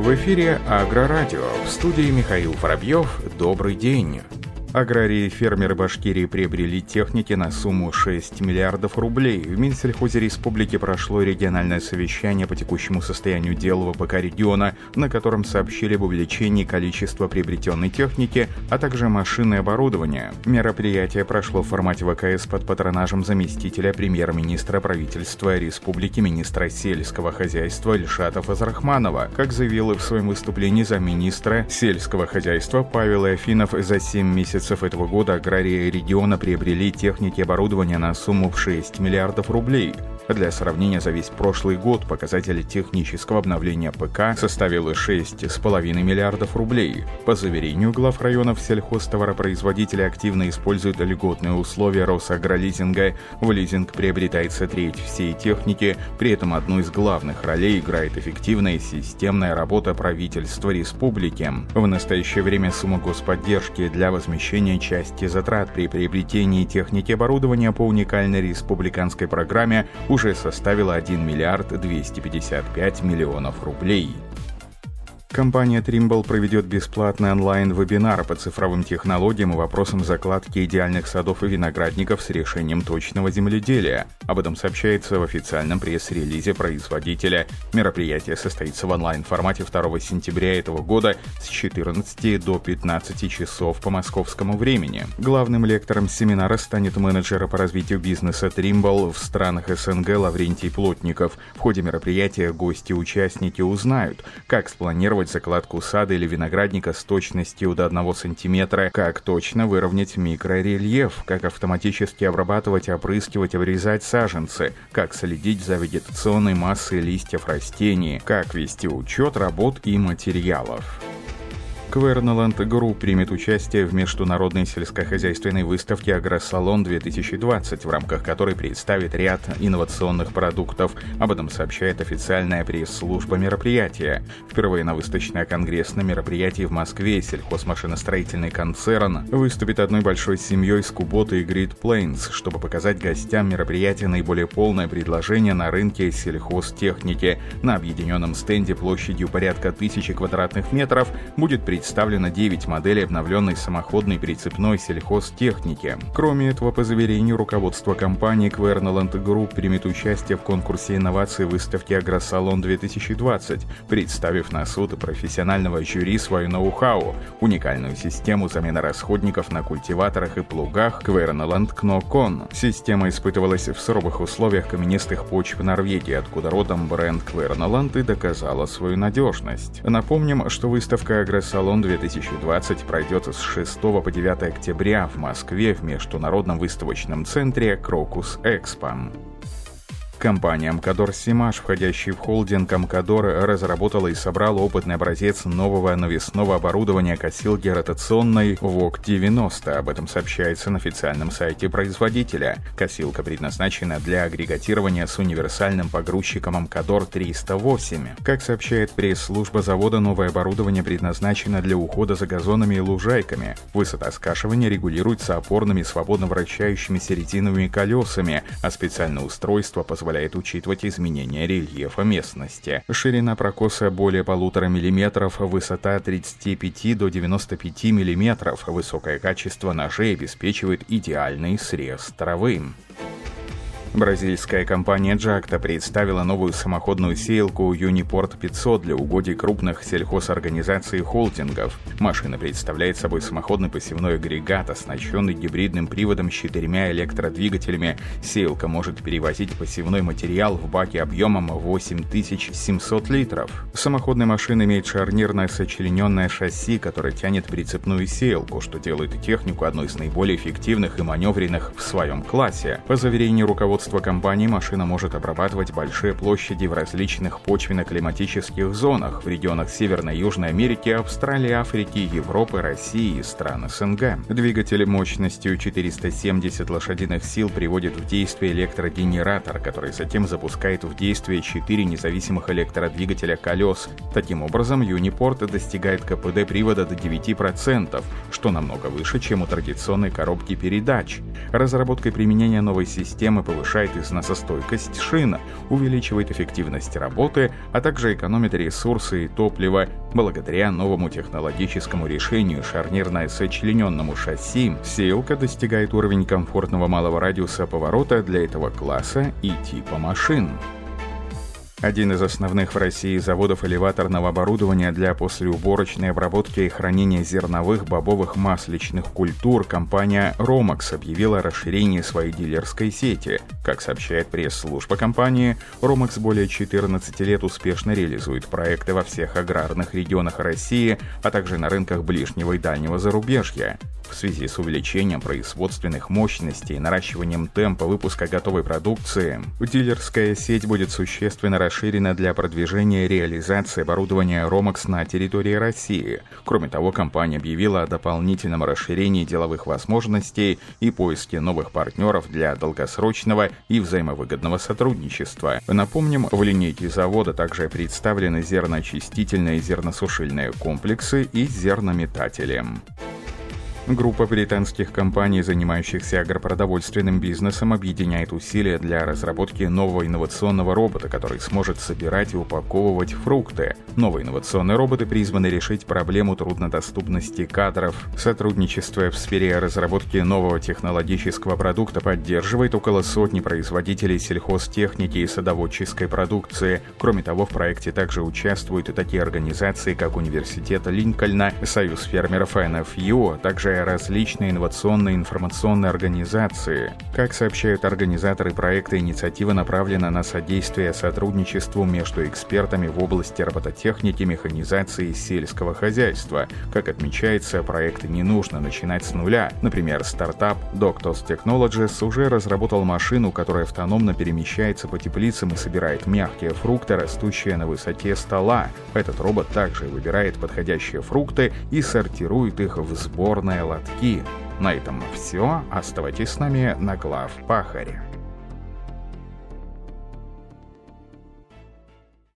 В эфире Агрорадио. В студии Михаил Воробьев. Добрый день. Аграрии и фермеры Башкирии приобрели техники на сумму 6 миллиардов рублей. В Минсельхозе Республики прошло региональное совещание по текущему состоянию дел ВПК региона, на котором сообщили об увеличении количества приобретенной техники, а также машин и оборудования. Мероприятие прошло в формате ВКС под патронажем заместителя премьер-министра правительства Республики, министра сельского хозяйства Ильшата Фазрахманова. Как заявил в своем выступлении замминистра сельского хозяйства Павел Иофинов, за 7 месяцев этого года аграрии региона приобрели техники и оборудование на сумму в 6 миллиардов рублей. Для сравнения, за весь прошлый год показатель технического обновления ПК составил 6,5 миллиардов рублей. По заверению глав районов, сельхозтоваропроизводители активно используют льготные условия Росагролизинга. В лизинг приобретается треть всей техники, при этом одну из главных ролей играет эффективная системная работа правительства республики. В настоящее время сумма господдержки для возмещения части затрат при приобретении техники и оборудования по уникальной республиканской программе уже составила 1 миллиард 255 миллионов рублей. Компания Trimble проведет бесплатный онлайн-вебинар по цифровым технологиям и вопросам закладки идеальных садов и виноградников с решением точного земледелия. Об этом сообщается в официальном пресс-релизе производителя. Мероприятие состоится в онлайн-формате 2 сентября этого года с 14 до 15 часов по московскому времени. Главным лектором семинара станет менеджер по развитию бизнеса Trimble в странах СНГ Лаврентий Плотников. В ходе мероприятия гости и участники узнают, как спланировать закладку сада или виноградника с точностью до 1 сантиметра, как точно выровнять микрорельеф, как автоматически обрабатывать, опрыскивать и вырезать саженцы, как следить за вегетационной массой листьев растений, как вести учет работ и материалов. Квернеленд Групп примет участие в международной сельскохозяйственной выставке «Агросалон-2020», в рамках которой представит ряд инновационных продуктов. Об этом сообщает официальная пресс-служба мероприятия. Впервые на выставочно-конгрессном мероприятии в Москве сельхозмашиностроительный концерн выступит одной большой семьей с Kubota и Great Plains, чтобы показать гостям мероприятия наиболее полное предложение на рынке сельхозтехники. На объединенном стенде площадью порядка 1000 квадратных метров будет представлено 9 моделей обновленной самоходной прицепной сельхозтехники. Кроме этого, по заверению руководства компании, Квернеленд Групп примет участие в конкурсе инноваций выставки «Агросалон-2020», представив на суд профессионального жюри свою ноу-хау, уникальную систему замены расходников на культиваторах и плугах Квернеленд Кнокон. Система испытывалась в суровых условиях каменистых почв Норвегии, откуда родом бренд Квернеленд и доказала свою надежность. Напомним, что выставка «Агросалон-2020» пройдет с 6 по 9 октября в Москве в международном выставочном центре «Крокус Экспо». Компания Амкадор Симаш, входящая в холдинг Амкадор, разработала и собрала опытный образец нового навесного оборудования косилки ротационной ВОК-90. Об этом сообщается на официальном сайте производителя. Косилка предназначена для агрегатирования с универсальным погрузчиком Амкадор 308. Как сообщает пресс-служба завода, новое оборудование предназначено для ухода за газонами и лужайками. Высота скашивания регулируется опорными свободно вращающимися резиновыми колесами, а специальное устройство позволяет учитывать изменения рельефа местности. Ширина прокоса более 1,5 мм, высота от 35 до 95 мм. Высокое качество ножей обеспечивает идеальный срез травы. Бразильская компания Jacto представила новую самоходную сеялку Uniport 500 для угодий крупных сельхозорганизаций и холдингов. Машина представляет собой самоходный посевной агрегат, оснащенный гибридным приводом с 4 электродвигателями. Сеялка может перевозить посевной материал в баке объемом 8700 литров. Самоходная машина имеет шарнирное сочлененное шасси, которое тянет прицепную сеялку, что делает технику одной из наиболее эффективных и маневренных в своем классе. По заверению руководства компании, машина может обрабатывать большие площади в различных почвенно-климатических зонах в регионах Северной и Южной Америки, Австралии, Африки, Европы, России и стран СНГ. Двигатель мощностью 470 лошадиных сил приводит в действие электрогенератор, который затем запускает в действие 4 независимых электродвигателя колес. Таким образом, Uniport достигает КПД привода до 9%, что намного выше, чем у традиционной коробки передач. Разработкой применения новой системы повышается повышает износостойкость шин, увеличивает эффективность работы, а также экономит ресурсы и топливо. Благодаря новому технологическому решению шарнирно-сочлененному шасси сеялка достигает уровень комфортного малого радиуса поворота для этого класса и типа машин. Один из основных в России заводов элеваторного оборудования для послеуборочной обработки и хранения зерновых, бобовых, масличных культур, компания Romax объявила о расширении своей дилерской сети. Как сообщает пресс-служба компании, Romax более 14 лет успешно реализует проекты во всех аграрных регионах России, а также на рынках ближнего и дальнего зарубежья. В связи с увеличением производственных мощностей и наращиванием темпа выпуска готовой продукции, дилерская сеть будет существенно расширена для продвижения и реализации оборудования Romax на территории России. Кроме того, компания объявила о дополнительном расширении деловых возможностей и поиске новых партнеров для долгосрочного и взаимовыгодного сотрудничества. Напомним, в линейке завода также представлены зерноочистительные и зерносушильные комплексы и зернометатели. Группа британских компаний, занимающихся агропродовольственным бизнесом, объединяет усилия для разработки нового инновационного робота, который сможет собирать и упаковывать фрукты. Новые инновационные роботы призваны решить проблему труднодоступности кадров. Сотрудничество в сфере разработки нового технологического продукта поддерживает около сотни производителей сельхозтехники и садоводческой продукции. Кроме того, в проекте также участвуют и такие организации, как Университет Линкольна, Союз фермеров НФЮ, а также различные инновационные информационные организации. Как сообщают организаторы проекта, инициатива направлена на содействие сотрудничеству между экспертами в области робототехники, механизации и сельского хозяйства. Как отмечается, проект не нужно начинать с нуля. Например, стартап Doctos Technologies уже разработал машину, которая автономно перемещается по теплицам и собирает мягкие фрукты, растущие на высоте стола. Этот робот также выбирает подходящие фрукты и сортирует их в сборные лотки. На этом все. Оставайтесь с нами на Главпахаре.